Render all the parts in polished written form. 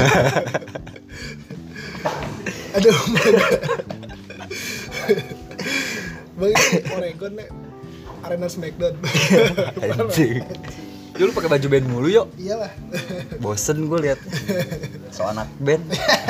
Aduh, bang ini Oregon nih, arena Smackdown. Anjing. Lu pakai baju band mulu yuk. Iyalah. Bosen gue lihat. So anak band.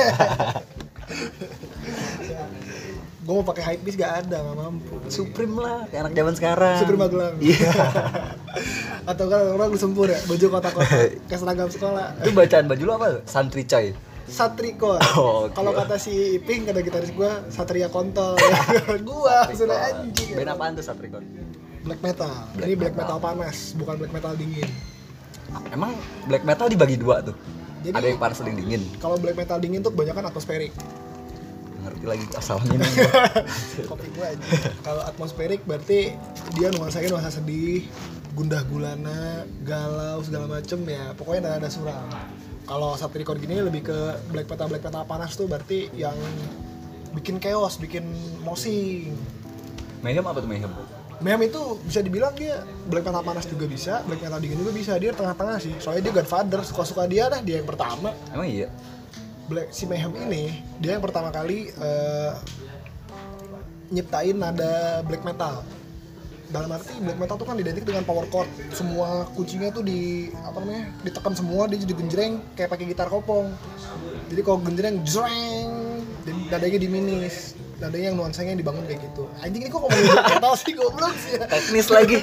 Gue mau pakai hypebeast gak ada, gak mampu. Supreme lah, kayak anak zaman sekarang. Supreme Magelang. Iya. Atau kan orang gue sempur ya, baju kotak-kotak kayak seragam sekolah. Itu bacaan baju lu apa? Santri coy. Satrikon. Oh, okay. Kalau kata si Iping, kata gitaris gue, Satria Kontol. Gua sudah anjing. Band apaan tuh Satrikon? Black metal. Ini black metal panas, bukan black metal dingin. Emang black metal dibagi dua tuh? Jadi, ada yang panas, ada yang dingin. Kalau black metal dingin tuh kebanyakan atmosferik. Ngerti lagi asal minum gua. Kopi gue aja. Kalau atmosferik berarti dia nuansanya nuansa sedih, gundah gulana, galau segala macem ya. Pokoknya nada suram. Kalau Satrikon gini lebih ke black metal panas tuh berarti yang bikin chaos, bikin mosing. Mayhem apa tuh Mayhem? Mayhem itu bisa dibilang dia black metal panas juga bisa, black metal dingin juga bisa. Dia tengah-tengah sih. Soalnya dia Godfather, suka-suka dia dah, dia yang pertama. Emang iya? Si Mayhem ini dia yang pertama kali nyiptain nada black metal. Dalam arti black metal tuh kan identik dengan power chord, semua kuncinya tuh ditekan semua, dia jadi genjreng kayak pakai gitar kopong. Jadi kalau genjreng jreng, nadanya diminis, nadanya yang nuansanya yang dibangun kayak gitu. Anjing ini kok ngomongin black metal sih, goblok sih ya. Teknis lagi.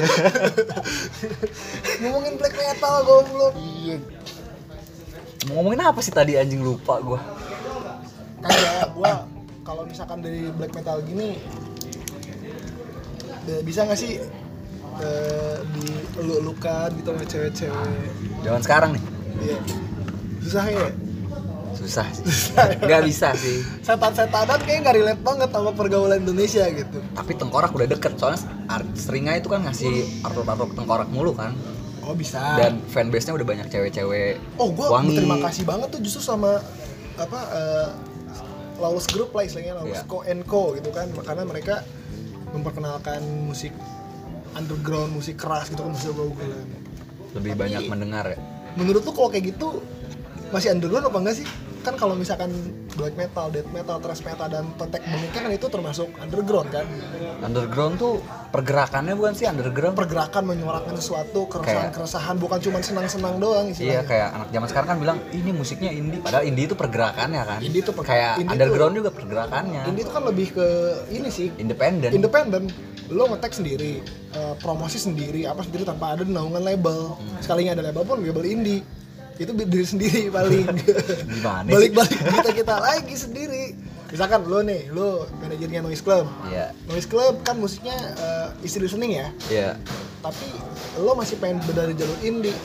Ngomongin black metal goblok. Iya. Mau ngomongin apa sih tadi anjing, lupa gua. Kayak gua kalau misalkan dari black metal gini bisa nggak sih dieluk-elukan gitu sama cewek-cewek Zaman sekarang nih? Iya. Susah ya? Susah sih. Nggak bisa sih. Setan-setanan kayaknya nggak relate banget sama pergaulan Indonesia gitu. Tapi tengkorak udah deket, soalnya Seringai itu kan ngasih artwork tengkorak mulu kan. Oh bisa. Dan fanbase-nya udah banyak cewek-cewek Gua wangi. berterima kasih banget tuh justru sama Lawless Group lah istilahnya, Lawless Co and Co gitu kan, karena mereka memperkenalkan musik underground, musik keras gitu kan, musik ugal-ugalan. Lebih Tapi, banyak mendengar ya. Menurut lu kalau kayak gitu masih underground apa enggak sih? Kan kalau misalkan black metal, death metal, thrash metal dan totek bengeknya kan itu termasuk underground kan? Underground tuh pergerakannya bukan sih underground? Pergerakan menyuarakan sesuatu, keresahan-keresahan, bukan cuma senang-senang doang Iya, istilahnya. kayak anak zaman sekarang kan bilang ini musiknya indie, padahal indie itu pergerakannya kan. Indie itu kayak indie underground tuh, juga pergerakannya. Indie itu kan lebih ke ini sih, Independen. Lo nge-tag sendiri, promosi sendiri, apa sendiri tanpa ada naungan label. Sekalinya ada label pun label indie. Itu diri sendiri paling. Gimana Balik-balik kita lagi sendiri. Misalkan lo manajernya Noise Club. Iya. Noise Club kan musiknya easy listening ya. Iya. Tapi lo masih pengen dari jalur indie.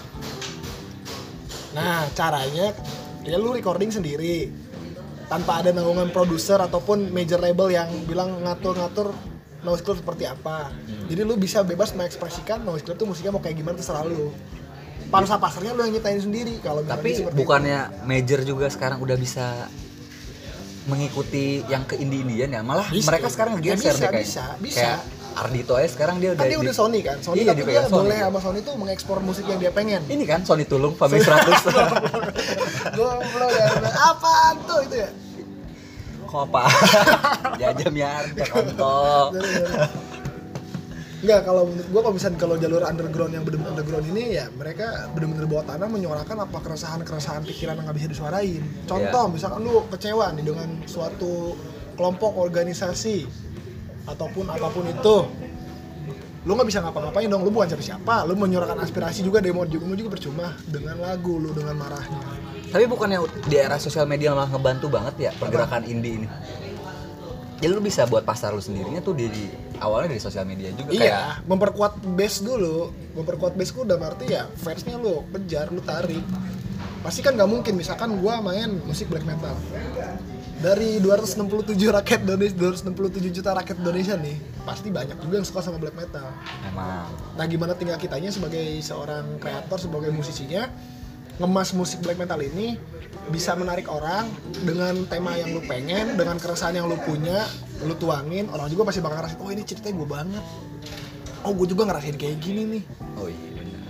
Nah, caranya ya lo recording sendiri tanpa ada naungan produser ataupun major label yang bilang ngatur-ngatur Noise Club seperti apa. Jadi lo bisa bebas mengekspresikan Noise Club tuh musiknya mau kayak gimana terserah lo. Pangsa pasarnya lo yang nyiptain sendiri kalau Tapi bukannya itu. Major juga sekarang udah bisa mengikuti yang ke indie-indian ya, malah bisa, mereka sekarang geser deh bisa. Kayak Ardhito aja sekarang dia udah kan dia udah Sony kan, Sony iya, tapi dia boleh sama Sony tuh mengekspor musik yang dia pengen. Ini kan Sony Tulung Family 100. Goblok ya, apaan tuh itu ya? Kok apa? Jajam ya, kontol. Enggak, kalau menurut gua kalau jalur underground yang benar-benar underground ini ya mereka benar-benar bawah tanah menyuarakan apa keresahan pikiran yang nggak bisa disuarain. Contoh, misalkan lu kecewa nih dengan suatu kelompok organisasi ataupun apapun itu, lu nggak bisa ngapa-ngapain dong, lu bukan siapa-siapa, lu menyuarakan aspirasi juga, demo juga percuma dengan lagu lu, dengan marahnya. Tapi bukannya di era sosial media malah ngebantu banget ya pergerakan indie ini? Jadi lu bisa buat pasar lu sendirinya tuh awalnya dari sosial media juga. Iya, kayak memperkuat base dulu. Memperkuat base ku udah berarti ya fansnya lu kejar, lu tarik. Pasti kan nggak mungkin misalkan gua main musik black metal. Dari 267 rakyat Indonesia, 267 juta rakyat Indonesia nih, pasti banyak juga yang suka sama black metal. Memang. Nah, gimana tinggal kitanya sebagai seorang kreator, sebagai musisinya ngemas musik black metal ini bisa menarik orang dengan tema yang lu pengen, dengan keresahan yang lu punya, lu tuangin, orang juga pasti bakal ngerasain, oh ini ceritanya gue banget, oh gue juga ngerasain kayak gini nih. Oh iya benar.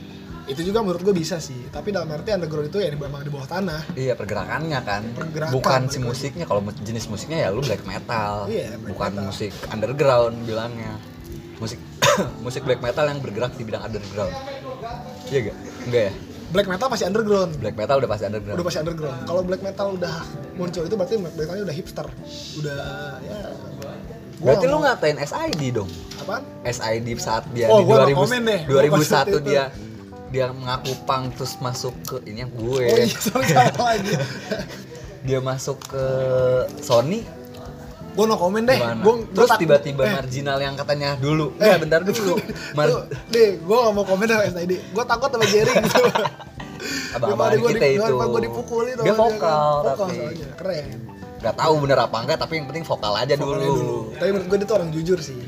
Itu juga menurut gue bisa sih, tapi dalam arti underground itu ya memang di bawah tanah. Iya, pergerakannya kan. Pergerakan, bukan si musiknya. Kalau jenis musiknya ya lu black metal. Iya, black bukan metal. musik underground bilangnya. Musik musik black metal yang bergerak di bidang underground. Iya gak? Enggak ya? Black metal pasti underground. Black metal udah pasti underground. Udah pasti underground. Kalau black metal udah muncul itu berarti black metalnya udah hipster. Udah ya. Berarti lu ngatain SID dong. Apaan? SID saat dia Oh, di gua no comment deh. 2001 Gua dia mengaku punk terus masuk ke ini yang gue. Oh iya, salah lagi. Dia masuk ke Sony. Gue no comment deh. Gimana? Gua Terus tiba-tiba marginal yang katanya dulu. Bentar dulu. Deh, gue gak mau komen sama SID. Gue takut sama Jerry gitu. Abang-abang kita itu. Gue dipukulin. Dia vokal Vokal tapi soalnya, keren. gak tahu bener apa enggak, tapi yang penting vokal aja Vokalnya dulu. Tapi menurut gue dia tuh orang jujur sih.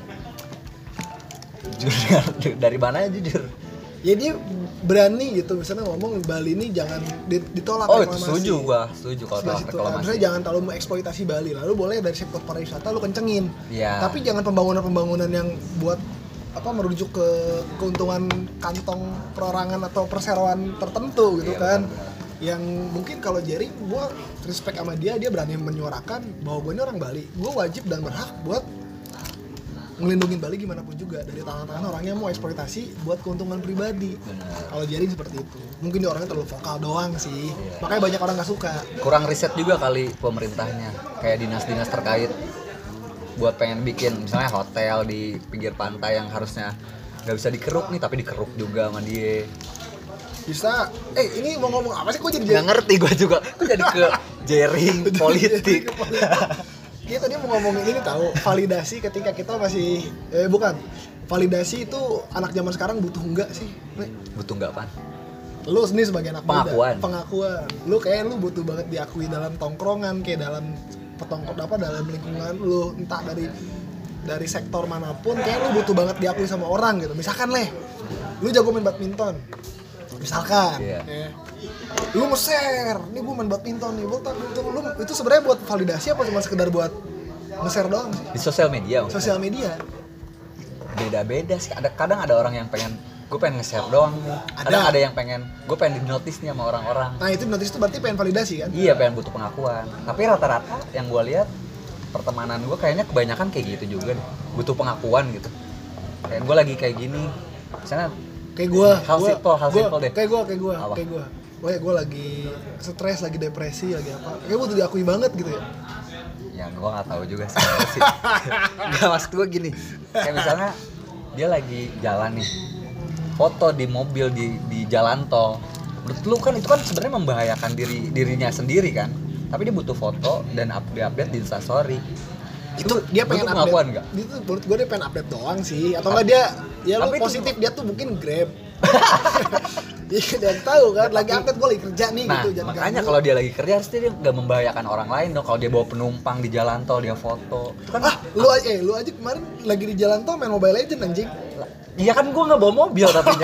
Jujur dari mana ya jujur? Ya dia berani gitu, misalnya ngomong Bali ini jangan ditolak Oh itu reklamasi. setuju kalau tolak Itu, reklamasi. misalnya jangan terlalu mengeksploitasi Bali, lalu boleh dari sektor pariwisata lu kencengin. Iya. Tapi jangan pembangunan yang buat merujuk ke keuntungan kantong perorangan atau perseroan tertentu gitu Iya, kan. benar. Yang mungkin kalau Jerry, gue respect sama dia berani menyuarakan bahwa gue ini orang Bali, gue wajib dan berhak buat ngelindungin Bali gimana pun juga dari tangan-tangan orang yang mau eksploitasi buat keuntungan pribadi. Kalau Jerry seperti itu, mungkin dia orangnya terlalu vokal doang sih, makanya banyak orang nggak suka. Kurang riset juga kali pemerintahnya, kayak dinas-dinas terkait buat pengen bikin misalnya hotel di pinggir pantai yang harusnya nggak bisa dikeruk nih, tapi dikeruk juga sama dia. Bisa, ini mau ngomong apa sih? Kok jadi Nggak ngerti gue juga, kok jadi ke jaring politik. Kita tadi mau ngomongin ini tahu validasi ketika kita masih bukan validasi itu anak zaman sekarang butuh enggak sih? Butuh nggak pan? Lu sendiri sebagai anak Pengakuan. muda, pengakuan. Lu kayak lu butuh banget diakui dalam tongkrongan, kayak dalam dalam lingkungan lu, entah dari sektor manapun, kayak lu butuh banget diakui sama orang gitu. Misalkan lu jago main badminton. Misalkan, lu nge-share, nih gue main badminton nih, lu itu sebenarnya buat validasi apa cuma sekedar buat nge-share doang sih? Di sosial media maksudnya? Sosial media. Beda-beda sih, kadang ada orang yang pengen gue pengen nge-share doang nih, kadang ada yang pengen gue pengen di-notice nih sama orang-orang. Nah itu notice itu berarti pengen validasi kan? Iya, pengen butuh pengakuan. Tapi rata-rata yang gue lihat pertemanan gue kayaknya kebanyakan kayak gitu juga deh, butuh pengakuan gitu. Kayak gue lagi kayak gini, misalnya kayak gue simple deh. Kayak gue gue lagi stres, lagi depresi, lagi apa, kayak butuh diakui banget gitu ya. Ya gue nggak tahu juga sih. Nggak, maksud gue gini, kayak misalnya dia lagi jalan nih, foto di mobil di jalan tol. Menurut lu kan itu kan sebenarnya membahayakan dirinya sendiri kan, tapi dia butuh foto dan update di Instastory. Itu dia pengen pengakuan nggak? Itu menurut gue dia pengen update doang sih, atau enggak dia ya lu positif dia tuh mungkin Grab. Iya, dia tahu kan lagi update gue lagi kerja nih. Nah, gitu. makanya kalau dia lagi kerja harusnya dia nggak membahayakan orang lain dong. Kalau dia bawa penumpang di jalan tol dia foto. Itu kan lu aja kemarin lagi di jalan tol main Mobile Legends anjing. Iya kan gue nggak bawa mobil tapinya.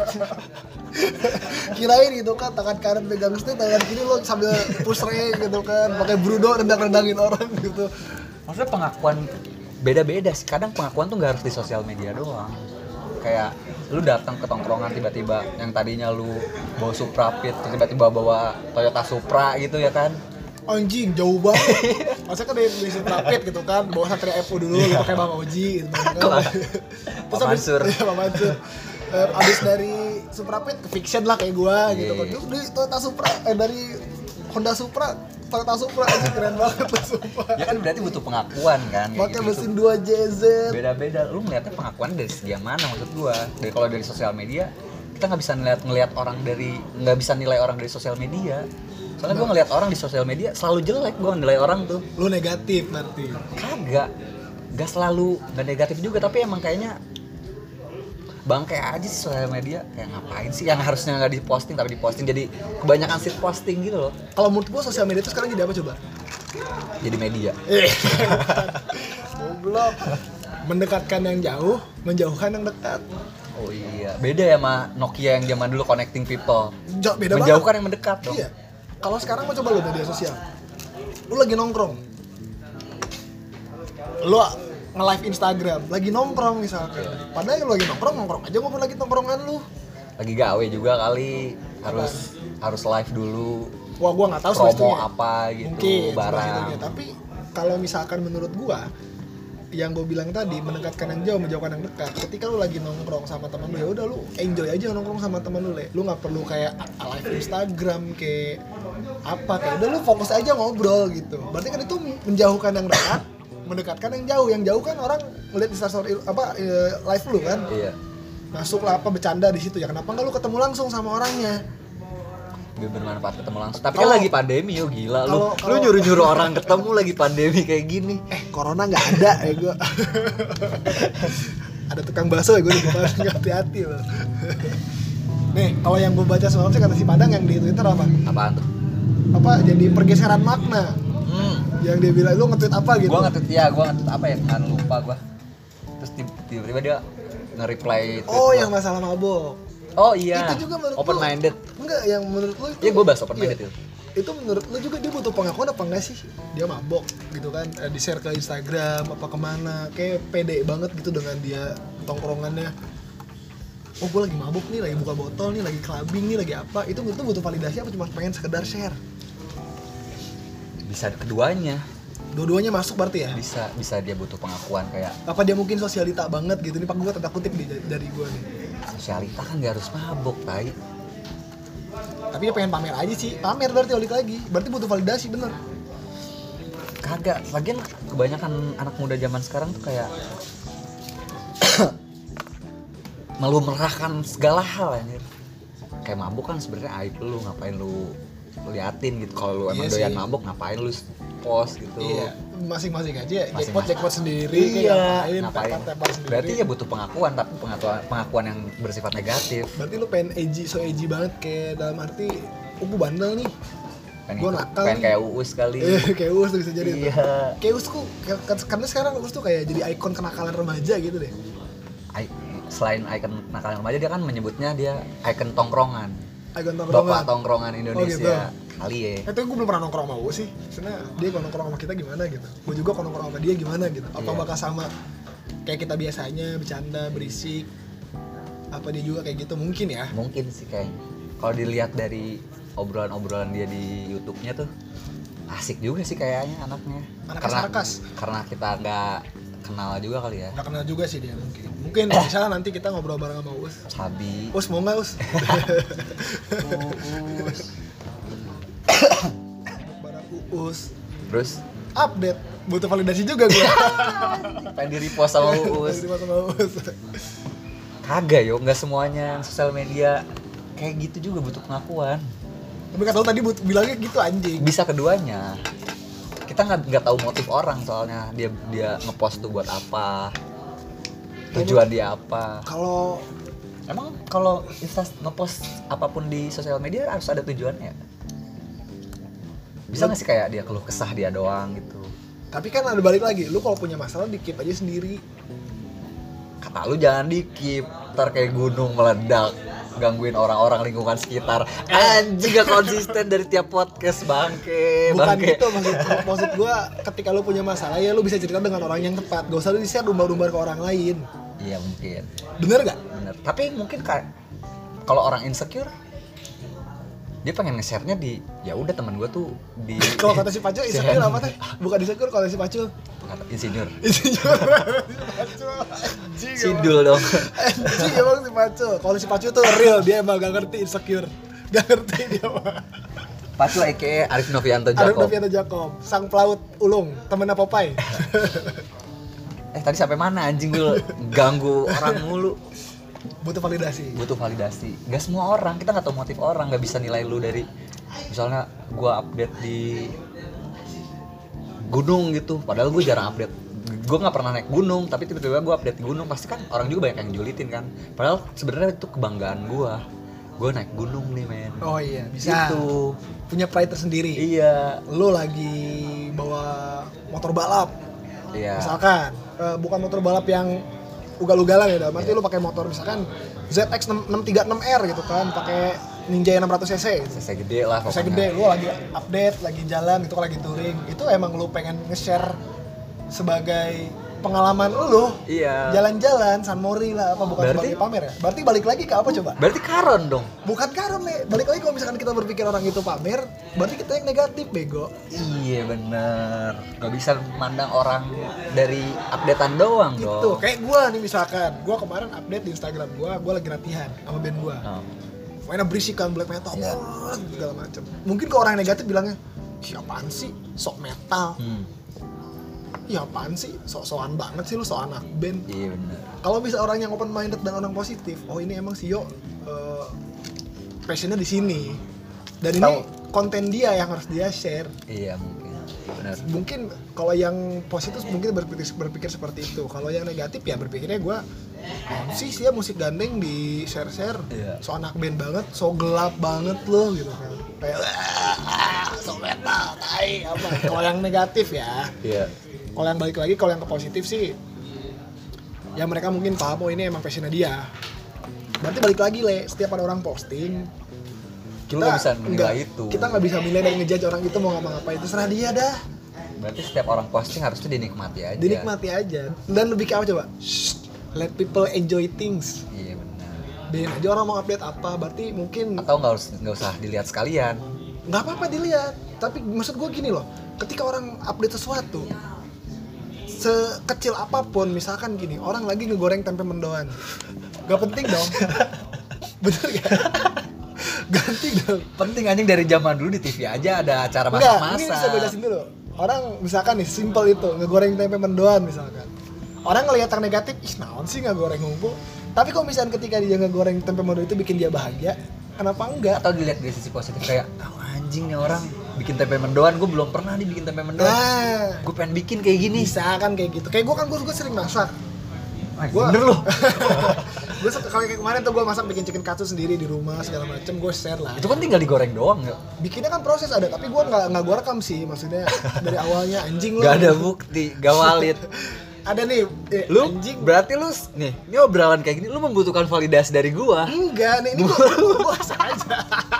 Kirain gitu kan, tangan kanan pegang stick, tangan kiri lo sambil push re gitu kan, pakai brudo rendang-rendangin orang gitu. Maksudnya pengakuan beda-beda sih. Kadang pengakuan tuh nggak harus di sosial media doang. Kayak lu datang ke tongkrongan tiba-tiba yang tadinya lu bawa Supra Pit, tiba-tiba bawa Toyota Supra gitu ya kan. Anjing jauh banget. Masa kan dari Supra Pit gitu kan, bawa Satria Evo dulu, lu pakai Bang Oji gitu kan. Pak Mansur. Pak Mansur. Abis dari Supra Pit ke Fiction lah kayak gua gitu kan. Dari Toyota Supra dari Honda Supra, Toyota Supra aja keren banget tuh sumpah. Ya kan berarti butuh pengakuan kan. Pakai gitu, mesin 2 JZ. Beda-beda. Lu ngeliatnya pengakuan dari segi yang mana maksud gua? Kalau dari sosial media kita nggak bisa ngeliat orang nggak bisa nilai orang dari sosial media. Soalnya gua ngeliat orang di sosial media selalu jelek, gua nilai orang tuh. Lu negatif nanti. Kagak selalu nggak negatif juga, tapi emang kayaknya bangke aja sih sosial media. Kayak ngapain sih yang harusnya nggak diposting tapi diposting, jadi kebanyakan shit posting gitu loh. Kalau menurut gua sosial media itu sekarang jadi apa coba? Jadi media. Goblok. Mendekatkan yang jauh, menjauhkan yang dekat. Oh iya, beda ya sama Nokia yang zaman dulu connecting people. Beda menjauhkan banget. yang mendekat dong. Iya. Kalau sekarang mau coba lu media sosial. Lu lagi nongkrong. Lu nge-live Instagram, lagi nongkrong misalkan. Padahal lu lagi nongkrong aja ngobrol lagi nongkrongan lu. lagi gawe juga kali, harus live dulu. Wah, gua nggak tahu promo sebetulnya. apa gitu, Mungkin, barang. sebetulnya. Tapi kalau misalkan menurut gua, yang gue bilang tadi, mendekatkan yang jauh, menjauhkan yang dekat. Ketika lu lagi nongkrong sama teman lu, ya udah lu enjoy aja nongkrong sama teman lu, Le. Lu nggak perlu kayak live Instagram kayak apa, kayak udah lu fokus aja ngobrol gitu. Berarti kan itu menjauhkan yang dekat, mendekatkan yang jauh. Yang jauh kan orang ngeliat Instastory live lu kan. Iya. Masuk lah apa bercanda di situ ya. Kenapa nggak lu ketemu langsung sama orangnya? Biar bermanfaat ketemu langsung. Tapi kan lagi pandemi, yo gila lu. Kalau- Lu nyuruh-nyuruh orang ketemu lagi pandemi kayak gini. Corona nggak ada ya gue. Ada tukang bakso ya gue di depan, nggak hati-hati loh. Nih, kalau yang gue baca semalam sih kata si Padang yang di Twitter apa? Apaan tuh? Apa jadi pergeseran makna? Yang dia bilang lu nge-tweet apa gitu? Gua nge-tweet apa ya? Kan lupa gua. Terus tiba-tiba dia nge-reply tweet Oh, gua. yang masalah mabok. Oh iya. Itu juga menurut open minded. Enggak, yang menurut lu itu. Iya, gua bahas open minded iya. itu. Itu menurut lu juga dia butuh pengakuan apa enggak sih? Dia mabok gitu kan, di-share ke Instagram apa kemana, kayak pede banget gitu dengan dia tongkrongannya. Oh, gue lagi mabok nih, lagi buka botol nih, lagi clubbing nih, lagi apa. Itu menurut lu butuh validasi apa cuma pengen sekedar share? Bisa keduanya. Dua-duanya masuk berarti ya? Bisa dia butuh pengakuan kayak Apa dia mungkin sosialita banget gitu? Ini pak gue tanda kutip dari gue nih. sosialita kan gak harus mabok, tai. Tapi dia pengen pamer aja sih. Pamer berarti balik lagi. Berarti butuh validasi, bener. Kagak. Lagian kebanyakan anak muda zaman sekarang tuh kayak melumerahkan segala hal anjir. Kayak mabuk kan sebenarnya aib lu, ngapain lu liatin gitu. Kalau lu emang doyan mabuk, ngapain lu post gitu. Iya, masing-masing aja. Masing-masing. Jackpot sendiri, Iya, ngapain, tepar sendiri. berarti ya butuh pengakuan, tapi pengakuan yang bersifat negatif. Berarti lu pengen edgy banget, kayak dalam arti gue bandel nih. Gue nakal pengen nih. kayak Uus kali. Kayak Uus tuh bisa jadi tuh. Iya. Kayak Uus tuh, karena sekarang Uus tuh kayak jadi ikon kenakalan remaja gitu deh. Selain ikon nakalan remaja, dia kan menyebutnya dia ikon tongkrongan. Ikon tongkrongan. Bapak tongkrongan Indonesia. gitu. Kali ya. Tapi gue belum pernah nongkrong sama Uus sih. Sebenarnya dia kalau nongkrong sama kita gimana gitu. Gue juga kalau nongkrong sama dia gimana gitu. Apa Iya. bakal sama kayak kita biasanya bercanda, berisik. Apa dia juga kayak gitu mungkin ya. Mungkin sih kayaknya. Kalau dilihat dari obrolan-obrolan dia di YouTube-nya tuh asik juga sih kayaknya anaknya. Anaknya sarkas. Karena kita nggak kenal juga kali ya. Nggak kenal juga sih dia mungkin. Mungkin misalnya nanti kita ngobrol bareng sama Uus. Sabi. Us mau nggak Us? Uus. Bareng Uus. Terus Update. Butuh validasi juga gue. pengen di repost sama Uus. Terima sama Uus. Kagak yo, nggak semuanya sosial media kayak gitu juga butuh pengakuan. Tapi kata lu tadi bilangnya gitu anjing. Bisa keduanya. Kita nggak tahu motif orang soalnya dia ngepost tuh buat apa, tujuan dia apa. Kalau Emang kalau ngepost apapun di sosial media harus ada tujuannya? Bisa nggak sih kayak dia keluh kesah dia doang gitu? tapi kan ada balik lagi, lu kalau punya masalah di-keep aja sendiri. Kata lu jangan di-keep, ntar kayak gunung meledak, gangguin orang-orang lingkungan sekitar. Anjing gak konsisten dari tiap podcast, bangke. Bukan gitu maksud gua, ketika lu punya masalah ya lu bisa cerita dengan orang yang tepat. Gak usah lu di-share dumbar-dumbar ke orang lain. Iya mungkin. Bener gak? Bener. Tapi mungkin kayak kalau orang insecure, dia pengen nge-share-nya di ya udah teman gue tuh di Kalau kata si Pacu, insecure apa teh? Bukan insecure kalau si Pacu. kata insinyur. Insecure. Pacu anjing. Sidul dong. Anjing emang si Pacu. Kalau si Pacu tuh real, dia emang gak ngerti insecure. Gak ngerti dia mah. Pacu aka Arif Novianto Arif Jakob. Novianto Jakob, sang pelaut ulung, temennya Popeye. Tadi sampai mana anjing lu ganggu orang mulu. Butuh validasi. Butuh validasi. Gak semua orang, kita nggak tahu motif orang, nggak bisa nilai lu dari misalnya gua update di gunung gitu, padahal gue jarang update. Gue nggak pernah naik gunung, tapi tiba-tiba gue update di gunung, pasti kan orang juga banyak yang julitin kan. Padahal sebenarnya itu kebanggaan gue naik gunung nih men. Oh iya, bisa. Itu Punya pride tersendiri. iya. Lu lagi bawa motor balap, Iya. misalkan bukan motor balap yang ugal-ugalan ya, dalam arti lu pakai motor misalkan ZX 636R gitu kan, pakai Ninja 600cc gitu. Saya gede lah pokoknya. Saya gede, lu lagi update, lagi jalan, itu lagi touring, itu emang lu pengen nge-share sebagai pengalaman lu Iya. jalan-jalan San Mori lah apa bukan Berarti- sebagai pamer ya? Berarti balik lagi ke apa coba? Berarti karon dong. Bukan karena nih, balik lagi kalau misalkan kita berpikir orang itu pamer, berarti kita yang negatif bego. Iya bener. Gak bisa mandang orang dari updatean doang Gitu. dong. Kayak gua nih misalkan, gua kemarin update di Instagram gua lagi latihan sama band gua. Oh. Mainnya berisik kan black metal, Iya. segala macam. Mungkin ke orang yang negatif bilangnya, "Siapaan sih sok metal?" Ya apaan sih, sok-sokan banget sih lu, sok anak band. Iya bener. Kalau bisa orang yang open minded dan orang positif, oh ini emang si Yo passionnya di sini. Dan ini konten dia yang harus dia share. Iya mungkin. Bener. Mungkin kalau yang positif mungkin berpikir seperti itu. Kalau yang negatif ya berpikirnya gue sih dia musik gandeng di share-share. Iya. So anak band banget, so gelap banget loh gitu kan. Kayak so metal, tai apa. Kalau yang negatif ya. Iya. Kalau yang balik lagi, kalau yang ke positif sih ya mereka mungkin paham oh ini emang passionnya dia. Berarti balik lagi setiap ada orang posting Lu gak bisa menilai itu. kita nggak bisa milih dan ngejudge orang itu mau ngapa-ngapain, terserah dia dah. Berarti setiap orang posting harusnya dinikmati aja. Dinikmati aja. Dan lebih ke apa coba? Let people enjoy things. Iya benar. Biarin aja orang mau update apa, berarti mungkin Atau nggak usah dilihat sekalian. nggak apa-apa dilihat. Tapi maksud gue gini loh, ketika orang update sesuatu sekecil apapun, misalkan gini, orang lagi ngegoreng tempe mendoan, gak penting dong. Bener gak? Ganti dong. Penting anjing, dari zaman dulu di TV aja ada acara Enggak, masak-masak. ini bisa gue jelasin dulu. Orang misalkan nih, simple itu, ngegoreng tempe mendoan misalkan. Orang ngelihat yang negatif, ih naon sih ngegoreng ngumpul. Tapi kalau misalkan ketika dia ngegoreng tempe mendoan itu bikin dia bahagia, kenapa enggak? Atau dilihat dari sisi positif kayak, anjing nih orang bikin tempe mendoan, gue belum pernah nih bikin tempe mendoan. Nah, Gue pengen bikin kayak gini. bisa kan kayak gitu. Kayak gue sering masak. Bener loh. Gue kalau kayak kemarin tuh gue masak bikin chicken katsu sendiri di rumah segala macem, gue share lah. Itu kan tinggal digoreng doang ya. Bikinnya kan proses ada, tapi gue nggak gue rekam sih, maksudnya dari awalnya anjing lo. Gak ada bukti, gak valid. Ada nih, Lu anjing. berarti lu nih, ini obrolan kayak gini lu membutuhkan validasi dari gua. Enggak, nih ini gue bahas aja.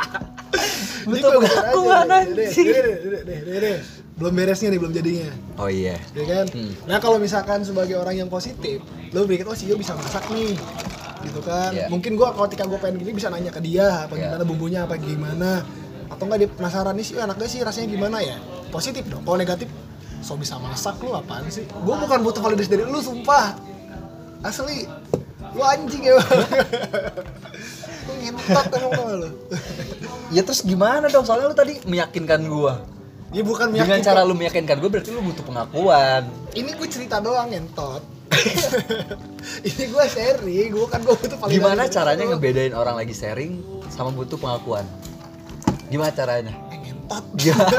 Butuh pengakuan anjing. Deh. Belum beresnya nih, belum jadinya. Oh iya. Ya kan? Nah kalau misalkan sebagai orang yang positif, lo berpikir, oh si Yo bisa masak nih, gitu kan? Iya. Mungkin gue kalau ketika gue pengen gini bisa nanya ke dia, apa Iya. gimana bumbunya, apa gimana, atau enggak dia penasaran nih sih anaknya sih rasanya gimana ya? Positif dong. Kalau negatif, so bisa masak lu apaan sih? Gue bukan butuh validasi dari lu, sumpah. Asli, lu anjing ya. Lu ngentot emang tau gak lu? Ya terus gimana dong? Soalnya lu tadi meyakinkan gua. Ya bukan Dengan meyakinkan. cara lu meyakinkan gua berarti lu butuh pengakuan. Ini gue cerita doang ngentot. Ini gue sharing, gue butuh validasi. Gimana dari caranya lu. ngebedain orang lagi sharing sama butuh pengakuan? Gimana caranya? Ngentot. Gimana,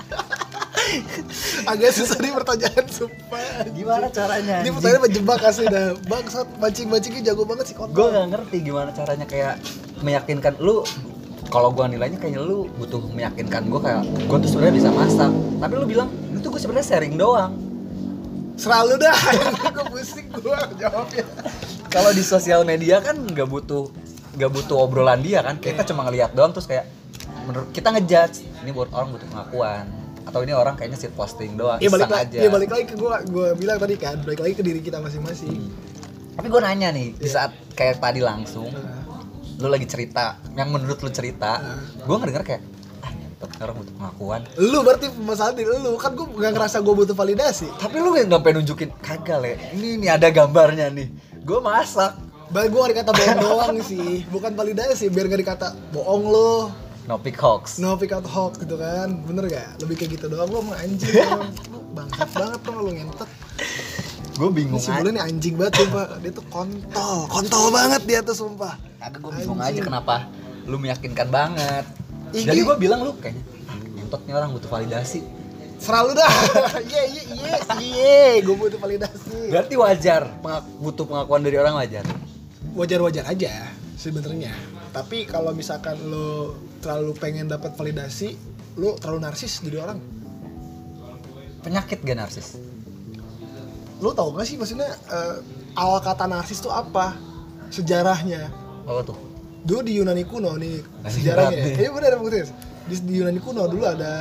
Agak susah nih pertanyaan, sumpah. gimana caranya? Ini pertanyaan menjebak asli dah. Bangsat, mancing-mancingnya jago banget sih kontol. Gue gak ngerti gimana caranya kayak meyakinkan lu. Kalau gue nilainya kayaknya lu butuh meyakinkan gue kayak gue tuh sebenarnya bisa masak. Tapi lu bilang itu gue sebenarnya sharing doang. Selalu dah. Gue pusing gue jawabnya. Kalau di sosial media kan nggak butuh obrolan dia kan. Kita cuma ngelihat doang terus kayak menurut kita ngejudge ini buat orang butuh pengakuan atau ini orang kayaknya shit posting doang, Ya iseng balik, aja. ya balik lagi ke gue bilang tadi kan, balik lagi ke diri kita masing-masing. Tapi gue nanya nih di saat kayak tadi langsung lu lagi cerita yang menurut lu cerita, gue ngedenger kayak ngentot orang butuh pengakuan. Lu berarti masalah diri lu, kan gue gak ngerasa gue butuh validasi. Tapi lu nggak pengen nunjukin kagak le, ini ada gambarnya nih, gue masak. Balik gue gak dikata bohong doang sih, bukan validasi, biar gak dikata bohong lu. No pick hoax. No pick out hoax gitu kan, bener gak? Lebih kayak gitu doang, lu emang anjing emang. Lu bangsat banget tuh lu ngentot. Gue bingung Ini si aja. Bule nih anjing banget sumpah, dia tuh kontol banget dia tuh sumpah. Agak gue bingung Anjing. aja kenapa lu meyakinkan banget. Ih, Jadi gini. gue bilang lu kayaknya ngentot nih orang butuh validasi. Selalu dah, iya, gue butuh validasi. Berarti wajar butuh pengakuan dari orang wajar. Wajar-wajar aja sebenarnya. Tapi kalau misalkan lo terlalu pengen dapat validasi, lo terlalu narsis jadi orang. Penyakit gak narsis? Lo tau gak sih maksudnya awal kata narsis tuh apa? Sejarahnya. Apa tuh? Dulu di Yunani kuno nih Berat sejarahnya. nih. Iya benar buktinya. Di Yunani kuno dulu ada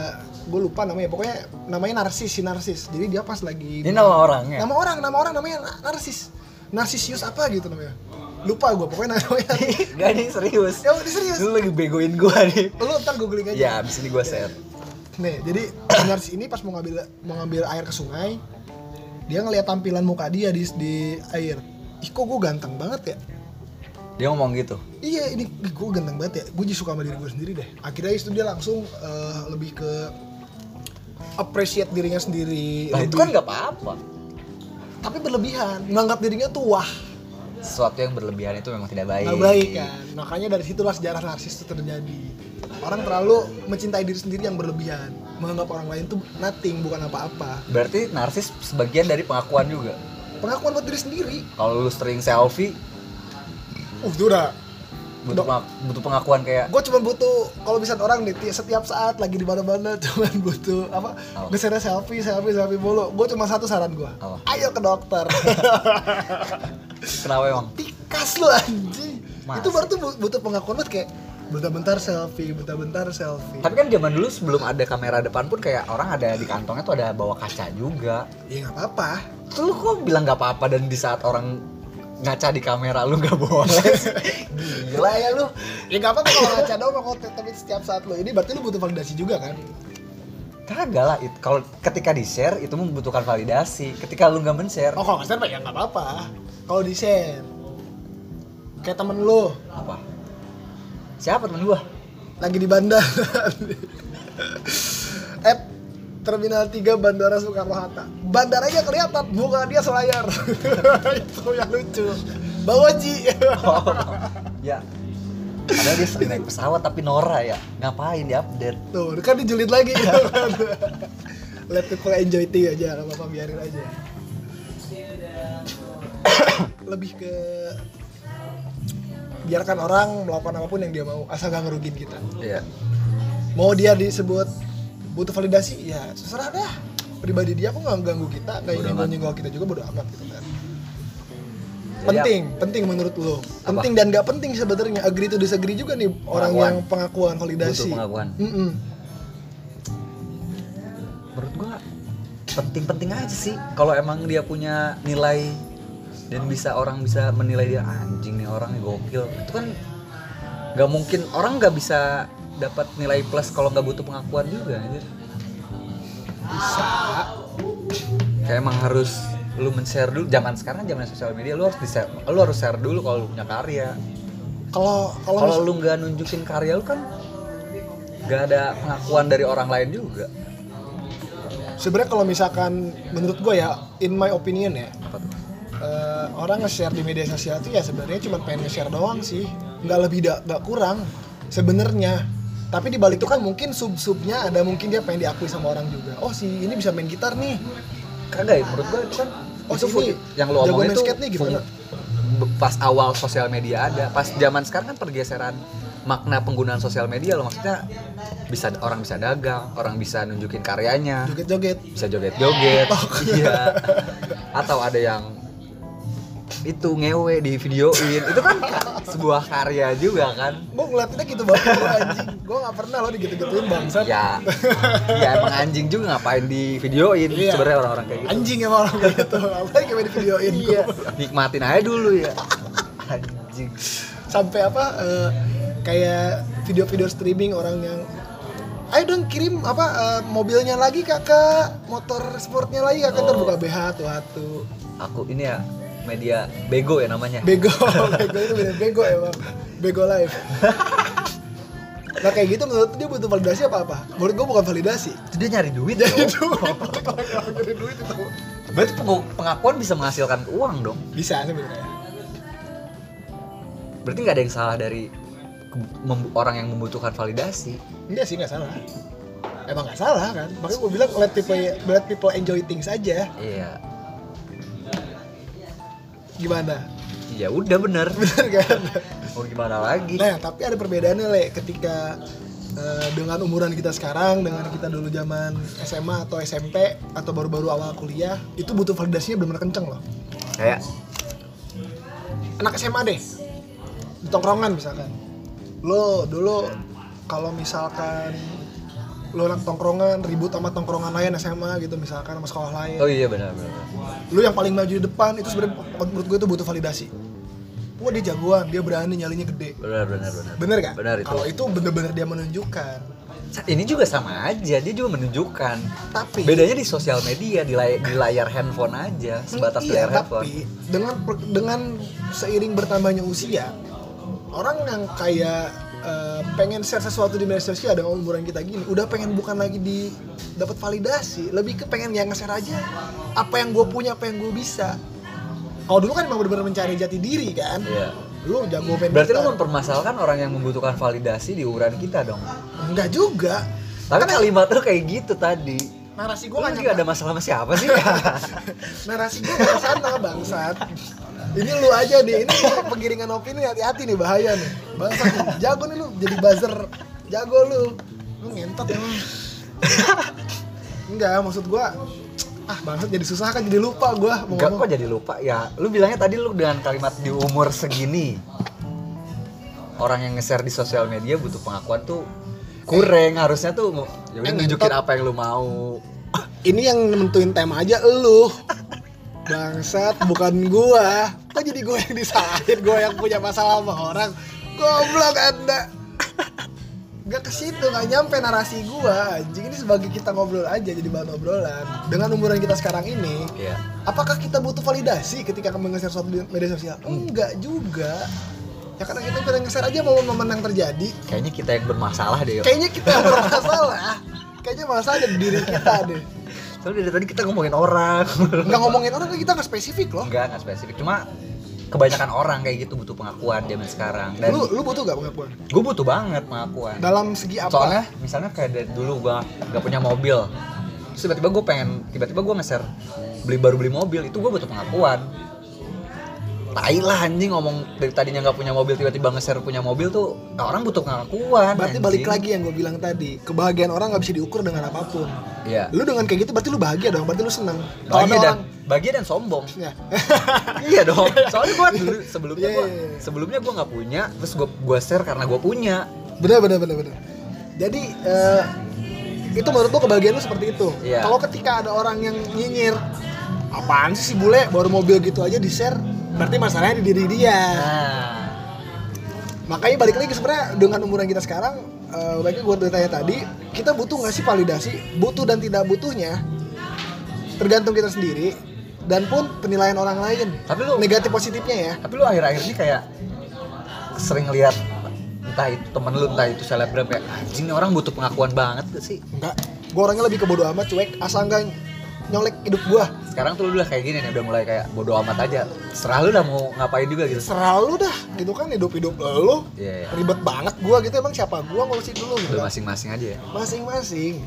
gue lupa namanya, pokoknya namanya narsis. Jadi dia pas lagi Ini nama orangnya? Nama orang namanya Narsissius apa gitu namanya. Lupa gue, pokoknya namanya. Gak nih, serius. Ya udah serius. Lu lagi begoin gue nih. Lu ntar googling aja. Ya, abis ini gue share. Nih, jadi narsis ini pas mau ngambil air ke sungai, dia ngeliat tampilan muka dia di air. Ih, kok gue ganteng banget ya? Dia ngomong gitu? Iya, ini gue ganteng banget ya. Gue jadi suka sama diri gue sendiri deh. Akhirnya itu dia langsung lebih ke appreciate dirinya sendiri. Nah, itu kan gak apa-apa. Tapi berlebihan, menganggap dirinya tuh wah. Sesuatu yang berlebihan itu memang tidak baik. Nggak baik kan. Makanya dari situlah sejarah narsis itu terjadi. Orang terlalu mencintai diri sendiri yang berlebihan, menganggap orang lain tuh nothing, bukan apa-apa. Berarti narsis sebagian dari pengakuan juga. Pengakuan buat diri sendiri. Kalau lu sering selfie, Itu udah butuh pengakuan kayak gue cuma butuh, kalau bisa orang nih setiap saat lagi di mana-mana cuma butuh apa? Gesernya selfie mulu. Gue cuma satu saran gue. Ayo ke dokter. Kenapa emang? Tikas lu anjing. Itu baru tuh butuh pengakuan banget, kayak bentar-bentar selfie. Tapi kan zaman dulu sebelum ada kamera depan pun kayak orang ada di kantongnya tuh ada bawa kaca juga. Ya nggak apa-apa. Terus lu kok bilang nggak apa-apa dan di saat orang ngaca di kamera lu nggak boleh? Gila ya lu. Ya nggak apa-apa kalau ngaca doang, tapi setiap saat lu ini berarti lu butuh validasi juga kan? Kagak lah, kalau ketika di share itu membutuhkan validasi. Ketika lu nggak men-share. Oh kalau nggak share ya nggak apa-apa. Kalau di share, kayak temen lu. Apa? Siapa temen gua? Lagi di bandara. Terminal 3 Bandara Soekarno-Hatta. Bandaranya kelihatan, muka dia selayar. Itu yang lucu. Bawa Ji. Ya. Padahal dia sering naik pesawat tapi Nora ya. Ngapain di-update? Tuh, kan dijulid lagi. Let people enjoy tea aja, enggak apa-apa, biarin aja. Lebih ke biarkan orang melakukan apapun yang dia mau, asal gak ngerugin kita. Iya. Mau dia disebut butuh validasi, ya terserah dah. Pribadi dia kok nggak ganggu kita, nggak nyenggol kita juga, bodo amat gitu kan. Penting menurut lo. Penting dan nggak penting sebenarnya. Agree to disagree juga nih orang yang pengakuan validasi. Butuh pengakuan. Menurut gua penting-penting aja sih. Kalau emang dia punya nilai dan orang bisa menilai dia, anjing nih orang nih gokil. Itu kan nggak mungkin, orang nggak bisa dapat nilai plus kalau nggak butuh pengakuan juga anjir. Bisa. Kayak emang harus lu men-share dulu. Zaman sekarang zaman sosial media lu harus share dulu kalau lu punya karya. Kalau lu nggak nunjukin karya lu kan nggak ada pengakuan dari orang lain juga. Sebenarnya kalau misalkan menurut gue ya, in my opinion ya, Apa tuh? orang nge-share di media sosial itu ya sebenarnya cuma pengen nge-share doang sih, nggak lebih nggak kurang sebenarnya. Tapi di balik itu kan mungkin sub-subnya ada, mungkin dia pengen diakui sama orang juga. Oh si ini bisa main gitar nih. Kagak ya, menurut gua itu kan itu si yang lu omongin itu nih, gimana? Pas awal sosial media ada, pas zaman sekarang kan pergeseran makna penggunaan sosial media loh. Maksudnya orang bisa dagang, orang bisa nunjukin karyanya, joget-joget, bisa joget-joget. Iya. Atau ada yang itu ngewe di videoin, itu kan sebuah karya juga kan. Gue ngeliatnya gitu banget, gue anjing. Gue gak pernah loh digitu-gituin bangsat. Ya emang anjing juga ngapain di videoin. Iya. Sebenarnya orang-orang kayak gitu. Anjing emang orang kayak gitu, ngapain kayak di videoin. Iya. Nikmatin aja dulu ya. Anjing. Sampai kayak video-video streaming orang yang, ayo dong kirim mobilnya lagi kakak, motor sportnya lagi kakak, ntar buka BH tuh. Aku ini ya media bego ya namanya. Bego itu bener bego ya bang. Bego live. Nah kayak gitu menurut dia butuh validasi apa? Menurut gue bukan validasi. Itu dia nyari duit. Nyari duit itu. Berarti pengakuan bisa menghasilkan uang dong. Bisa sebenarnya. Berarti nggak ada yang salah dari orang yang membutuhkan validasi. Enggak sih, nggak salah. Emang nggak salah kan. Makanya gue bilang let people enjoy things aja. Iya. Gimana? Ya udah bener kan? Mau gimana lagi? Nah tapi ada perbedaannya Le, ketika dengan umuran kita sekarang dengan kita dulu zaman SMA atau SMP atau baru-baru awal kuliah, itu butuh validasinya benar-benar kenceng loh. Kayak anak SMA deh, di tongkrongan misalkan, lo dulu kalau misalkan lu anak tongkrongan ribut sama tongkrongan lain SMA gitu misalkan sama sekolah lain. Oh iya benar. Lu yang paling maju di depan itu sebenarnya menurut gue itu butuh validasi. Wah dia jagoan, dia berani, nyalinya gede. Benar. Bener gak? Benar itu. Kalau itu bener-bener dia menunjukkan. Ini juga sama aja, dia juga menunjukkan. Tapi bedanya di sosial media, di layar handphone aja, sebatas iya, layar handphone. tapi dengan seiring bertambahnya usia, orang yang kayak pengen share sesuatu di media sosial dengan umuran kita gini, udah pengen bukan lagi dapat validasi, lebih ke pengen yang nge-share aja apa yang gue punya, apa yang gue bisa. Kalau dulu kan emang benar-benar mencari jati diri kan. Iya. Lu jago main Berarti gitar. lu mempermasalahkan orang yang membutuhkan validasi di umuran kita dong. Enggak juga. Tapi kalimat lu kayak gitu tadi. Narasi gue Lu gak lagi ada masalah sama siapa sih? narasi gue gak kesana bangsat. Ini lu aja deh, ini penggiringan opini hati-hati nih, bahaya nih bangsat nih. Jago nih lu, jadi buzzer. Jago lu ngentot emang. Enggak, maksud gue bangsat jadi susah kan, jadi lupa gue mau Enggak ngomong. kok jadi lupa ya. Lu bilangnya tadi lu dengan kalimat di umur segini, orang yang nge-share di sosial media butuh pengakuan tuh kurang. Harusnya tuh ya udah nunjukin apa yang lu mau. Ini yang nentuin tema aja elu. Bangsat, bukan gua. Kok jadi gua yang disalahin, gua yang punya masalah sama orang. Goblok Anda. Gak ke situ, gak nyampe narasi gua. Anjing, ini sebagai kita ngobrol aja, jadi bahan obrolan. Dengan umuran kita sekarang ini, Iya. apakah kita butuh validasi ketika nge-share sesuatu di media sosial? Enggak juga. Ya karena kita pengen nge-share aja momen-momen yang terjadi. Kayaknya kita yang bermasalah deh. Kayaknya kita yang bermasalah. Kayaknya masalah ada di diri kita deh. Soalnya dari tadi kita ngomongin orang. Nggak ngomongin orang, kita nggak spesifik loh. Enggak spesifik. Cuma kebanyakan orang kayak gitu butuh pengakuan zaman sekarang. Dan Lu butuh gak pengakuan? gue butuh banget pengakuan. Dalam segi apa? Soalnya misalnya kayak dari dulu gue gak punya mobil, terus tiba-tiba gue nge-share baru beli mobil, itu gue butuh pengakuan. Tai lah anjing, ngomong dari tadinya gak punya mobil tiba-tiba nge-share punya mobil tuh, orang butuh pengakuan. Berarti anjing. balik lagi yang gue bilang tadi, kebahagiaan orang nggak bisa diukur dengan apapun. Iya. Lu dengan kayak gitu berarti lu bahagia dong, berarti lu seneng. Kalau ada Bahagia dan sombong. ya. Iya dong. Soalnya gue dulu Iya. sebelumnya gue nggak punya, terus gue share karena gue punya. bener. Jadi itu menurut lu kebahagiaan lu seperti itu. Iya. Kalau ketika ada orang yang nyinyir, apaan sih si bule baru mobil gitu aja di share, berarti masalahnya di diri dia. Nah, Makanya balik lagi sebenarnya dengan umuran kita sekarang, baiknya gue tanya tadi, kita butuh nggak sih validasi? Butuh dan tidak butuhnya tergantung kita sendiri dan pun penilaian orang lain. Tapi lu Negatif positifnya ya. Tapi lu akhir-akhir ini kayak sering lihat entah itu temen lu, entah itu selebgram, kayak anjing nih orang butuh pengakuan banget gak sih? Enggak, gue orangnya lebih ke bodo amat, cuek, asal nggak nyolek hidup gue. Sekarang tuh lu udah kayak gini nih, udah mulai kayak bodo amat aja. Serah lu udah mau ngapain juga gitu. Selalu dah, gitu kan hidup lo. Iya, iya. Ribet banget gue gitu, emang siapa gue ngurusin dulu gitu. Udah kan. masing-masing aja ya. Masing-masing.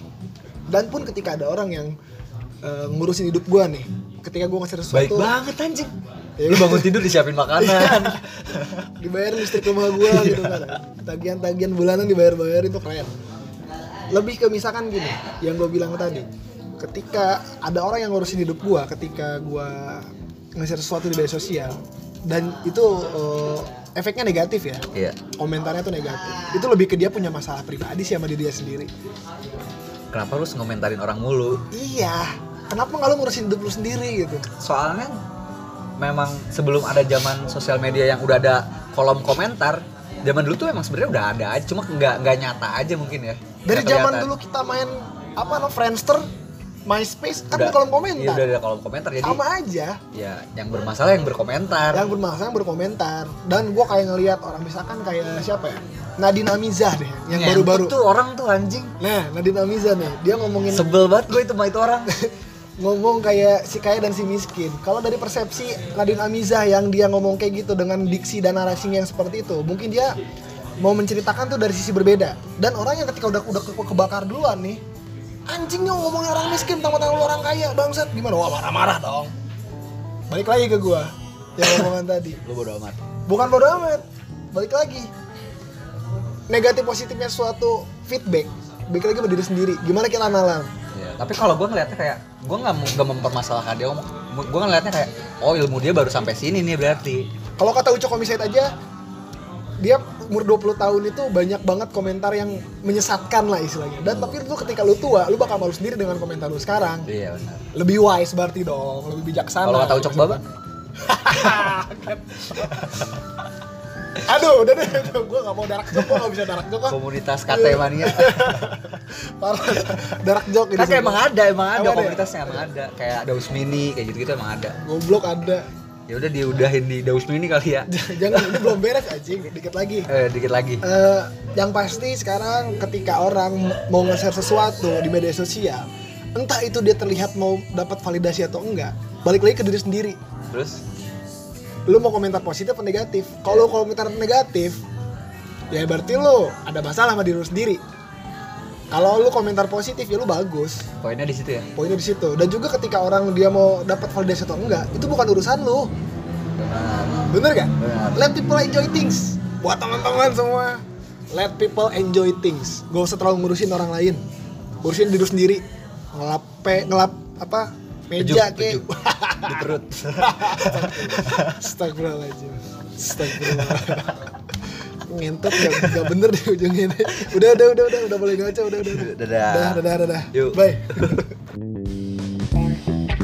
Dan pun ketika ada orang yang ngurusin hidup gue nih, ketika gue ngasih sesuatu, Baik banget anjing. Ya, Lu bangun tidur disiapin makanan. dibayar listrik rumah gue gitu kan, tagihan bulanan dibayar itu keren. Lebih ke misalkan gini, yang gue bilang tadi, ketika ada orang yang ngurusin hidup gue, ketika gue nge-share sesuatu di media sosial dan itu efeknya negatif ya, Iya. komentarnya tuh negatif, itu lebih ke dia punya masalah pribadi sih sama diri dia sendiri. Kenapa lu harus ngomentarin orang mulu? Iya, kenapa nggak lu ngurusin hidup lu sendiri gitu? Soalnya memang sebelum ada zaman sosial media yang udah ada kolom komentar, zaman dulu tuh emang sebenarnya udah ada aja, cuma nggak nyata aja mungkin ya. Dari Nggak zaman kelihatan. dulu kita main Friendster, MySpace, kan Udah- di kolom Iya komentar. udah ada kolom komentar, jadi Sama aja. ya yang bermasalah yang berkomentar. Yang bermasalah yang berkomentar. Dan gue kayak ngelihat orang, misalkan kayak siapa ya, Nadine Amizah deh, yang Ngentot baru-baru. tuh orang tuh anjing. Nah, Nadine Amizah nih, dia ngomongin, Sebel banget gue itu sama itu orang. ngomong kayak si kaya dan si miskin. Kalau dari persepsi Nadine Amizah yang dia ngomong kayak gitu dengan diksi dan narasinya yang seperti itu, mungkin dia mau menceritakan tuh dari sisi berbeda. Dan orang yang ketika udah kebakar duluan nih, anjingnya ngomongnya orang miskin, tentang lu orang kaya, bangsat, gimana? Wah, marah-marah dong. Balik lagi ke gua yang ngomongan tadi. Lu bodo amat. Bukan bodo amat, balik lagi. Negatif positifnya suatu feedback, balik lagi ke diri sendiri. Gimana kita nalar? Ya, tapi kalau gue ngeliatnya kayak gue nggak mempermasalahkan dia, gue ngeliatnya kayak oh ilmu dia baru sampai sini nih berarti. Kalau kata Uco Komisait aja, dia umur 20 tahun itu banyak banget komentar yang menyesatkan lah istilahnya. Dan tapi itu ketika lu tua, lu bakal malu sendiri dengan komentar lu sekarang. Iya benar. Lebih wise berarti dong, lebih bijaksana. Kalau kata Ucok Baba? Aduh, udah deh, gue gak mau darak jok, gue gak bisa darak jok kan. Komunitas KT mania. Parah, darak jok ini. Kan emang ada Emang komunitasnya, emang ada. Kayak Daus Mini, kayak gitu-gitu emang ada. Goblok ada. Ya udah diudahin di Daus Mini kali ya. Jangan, ini belum beres anjing, dikit lagi. Dikit lagi. Yang pasti sekarang ketika orang mau nge-share sesuatu di media sosial, entah itu dia terlihat mau dapat validasi atau enggak, balik lagi ke diri sendiri. Terus? Lu mau komentar positif atau negatif? Kalau komentar negatif, ya berarti lu ada masalah sama diri lu sendiri. Kalau lu komentar positif ya lu bagus. Poinnya di situ ya. Poinnya di situ. Dan juga ketika orang dia mau dapat validasi atau enggak, itu bukan urusan lu. Bener gak? Benar. Let people enjoy things. Buat teman-teman semua, let people enjoy things. Gak usah terlalu ngurusin orang lain. Urusin diri sendiri. Ngelap apa? Meja kek. Di perut. Astagfirullahaladzim. Ngentot gak bener deh ujungnya. Udah boleh ngaca, udah. Dadah. Dadah. Yuk. Bye.